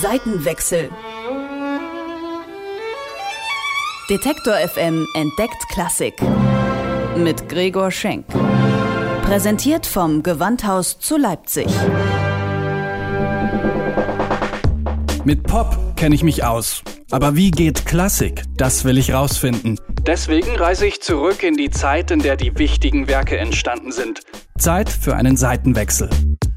Seitenwechsel. Detektor FM entdeckt Klassik. Mit Gregor Schenk. Präsentiert vom Gewandhaus zu Leipzig. Mit Pop kenne ich mich aus. Aber wie geht Klassik? Das will ich rausfinden. Deswegen reise ich zurück in die Zeit, in der die wichtigen Werke entstanden sind. Zeit für einen Seitenwechsel.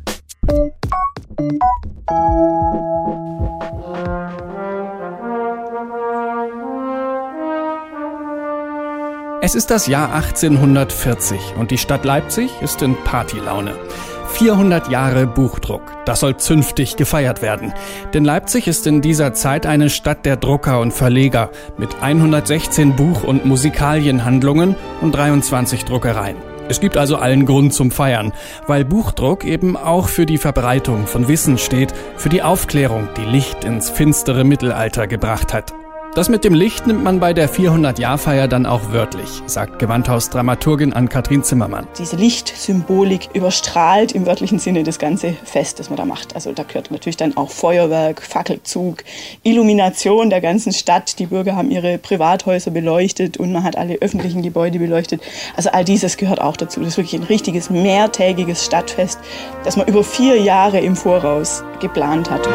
Es ist das Jahr 1840 und die Stadt Leipzig ist in Partylaune. 400 Jahre Buchdruck. Das soll zünftig gefeiert werden. Denn Leipzig ist in dieser Zeit eine Stadt der Drucker und Verleger mit 116 Buch- und Musikalienhandlungen und 23 Druckereien. Es gibt also allen Grund zum Feiern, weil Buchdruck eben auch für die Verbreitung von Wissen steht, für die Aufklärung, die Licht ins finstere Mittelalter gebracht hat. Das mit dem Licht nimmt man bei der 400-Jahr-Feier dann auch wörtlich, sagt Gewandhaus-Dramaturgin Ann-Kathrin Zimmermann. Diese Lichtsymbolik überstrahlt im wörtlichen Sinne das ganze Fest, das man da macht. Also da gehört natürlich dann auch Feuerwerk, Fackelzug, Illumination der ganzen Stadt. Die Bürger haben ihre Privathäuser beleuchtet und man hat alle öffentlichen Gebäude beleuchtet. Also all dieses gehört auch dazu. Das ist wirklich ein richtiges mehrtägiges Stadtfest, das man über 4 Jahre im Voraus geplant hat.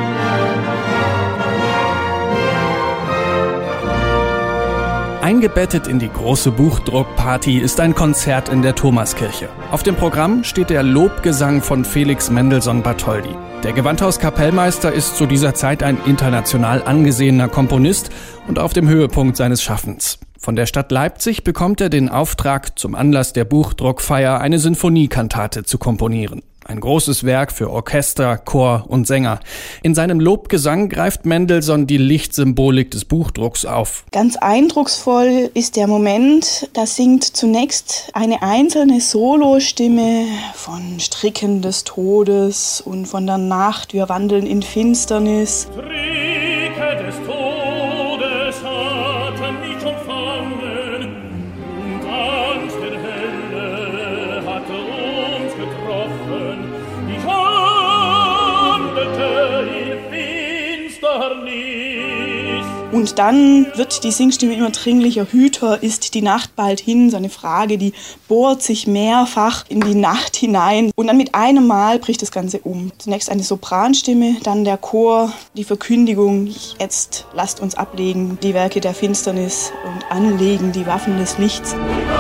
Eingebettet in die große Buchdruckparty ist ein Konzert in der Thomaskirche. Auf dem Programm steht der Lobgesang von Felix Mendelssohn Bartholdy. Der Gewandhauskapellmeister ist zu dieser Zeit ein international angesehener Komponist und auf dem Höhepunkt seines Schaffens. Von der Stadt Leipzig bekommt er den Auftrag, zum Anlass der Buchdruckfeier eine Sinfoniekantate zu komponieren. Ein großes Werk für Orchester, Chor und Sänger. In seinem Lobgesang greift Mendelssohn die Lichtsymbolik des Buchdrucks auf. Ganz eindrucksvoll ist der Moment, da singt zunächst eine einzelne Solostimme von Stricken des Todes und von der Nacht, wir wandeln in Finsternis. Stricke des Todes hatten mich umfangen und Angst der Hölle hatte uns getroffen. Ich wandelte in Finsternis. Und dann wird die Singstimme immer dringlicher. Hüter, ist die Nacht bald hin? So eine Frage, die bohrt sich mehrfach in die Nacht hinein. Und dann mit einem Mal bricht das Ganze um. Zunächst eine Sopranstimme, dann der Chor, die Verkündigung. Jetzt lasst uns ablegen die Werke der Finsternis und anlegen die Waffen des Lichts.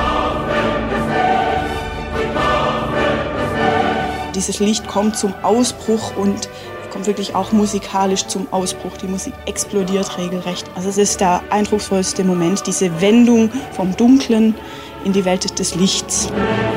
Dieses Licht kommt zum Ausbruch und kommt wirklich auch musikalisch zum Ausbruch. Die Musik explodiert regelrecht. Also es ist der eindrucksvollste Moment, diese Wendung vom Dunklen in die Welt des Lichts.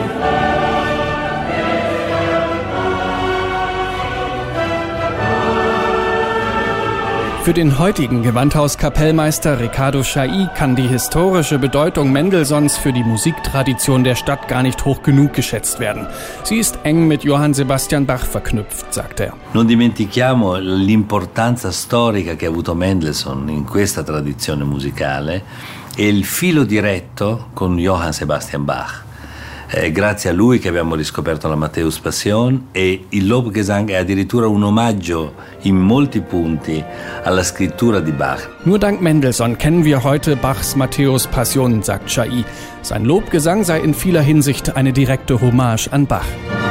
Für den heutigen Gewandhauskapellmeister Riccardo Chailly kann die historische Bedeutung Mendelssohns für die Musiktradition der Stadt gar nicht hoch genug geschätzt werden. Sie ist eng mit Johann Sebastian Bach verknüpft, sagt er. Non dimentichiamo l'importanza storica che ha avuto Mendelssohn in questa tradizione musicale e il filo diretto con Johann Sebastian Bach. È grazie a lui che abbiamo riscoperto la Matthäus Passion e il Lobgesang è addirittura un omaggio in molti punti alla scrittura di Bach. Nur dank Mendelssohn kennen wir heute Bachs Matthäus Passion, sagt Chailly. Sein Lobgesang sei in vieler Hinsicht eine direkte Hommage an Bach.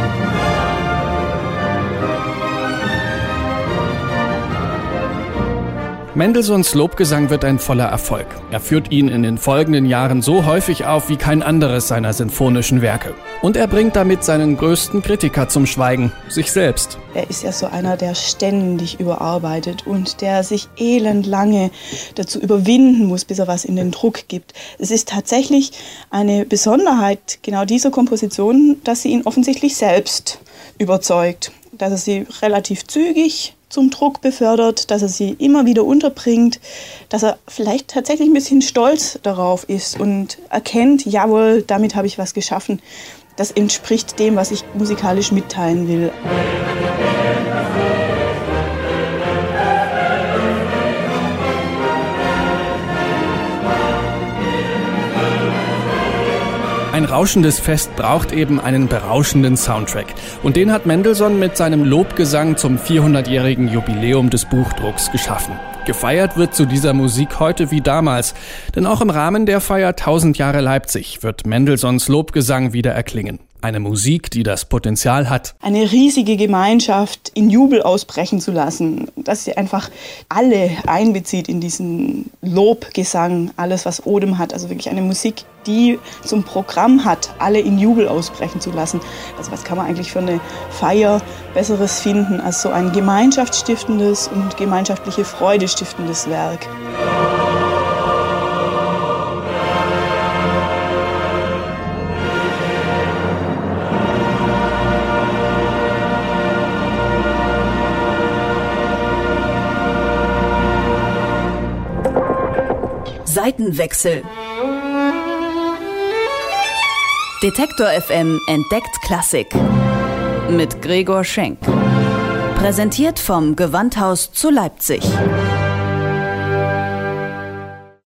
Mendelssohns Lobgesang wird ein voller Erfolg. Er führt ihn in den folgenden Jahren so häufig auf wie kein anderes seiner sinfonischen Werke. Und er bringt damit seinen größten Kritiker zum Schweigen, sich selbst. Er ist ja so einer, der ständig überarbeitet und der sich elendlange dazu überwinden muss, bis er was in den Druck gibt. Es ist tatsächlich eine Besonderheit genau dieser Komposition, dass sie ihn offensichtlich selbst überzeugt. Dass er sie relativ zügig zum Druck befördert, dass er sie immer wieder unterbringt, dass er vielleicht tatsächlich ein bisschen stolz darauf ist und erkennt, jawohl, damit habe ich was geschaffen. Das entspricht dem, was ich musikalisch mitteilen will. Ein berauschendes Fest braucht eben einen berauschenden Soundtrack. Und den hat Mendelssohn mit seinem Lobgesang zum 400-jährigen Jubiläum des Buchdrucks geschaffen. Gefeiert wird zu dieser Musik heute wie damals. Denn auch im Rahmen der Feier 1000 Jahre Leipzig wird Mendelssohns Lobgesang wieder erklingen. Eine Musik, die das Potenzial hat, eine riesige Gemeinschaft in Jubel ausbrechen zu lassen, dass sie einfach alle einbezieht in diesen Lobgesang, alles was Odem hat, also wirklich eine Musik, die zum Programm hat, alle in Jubel ausbrechen zu lassen. Also was kann man eigentlich für eine Feier Besseres finden als so ein gemeinschaftsstiftendes und gemeinschaftliche Freude stiftendes Werk. Seitenwechsel. Detektor FM entdeckt Klassik. Mit Gregor Schenk. Präsentiert vom Gewandhaus zu Leipzig.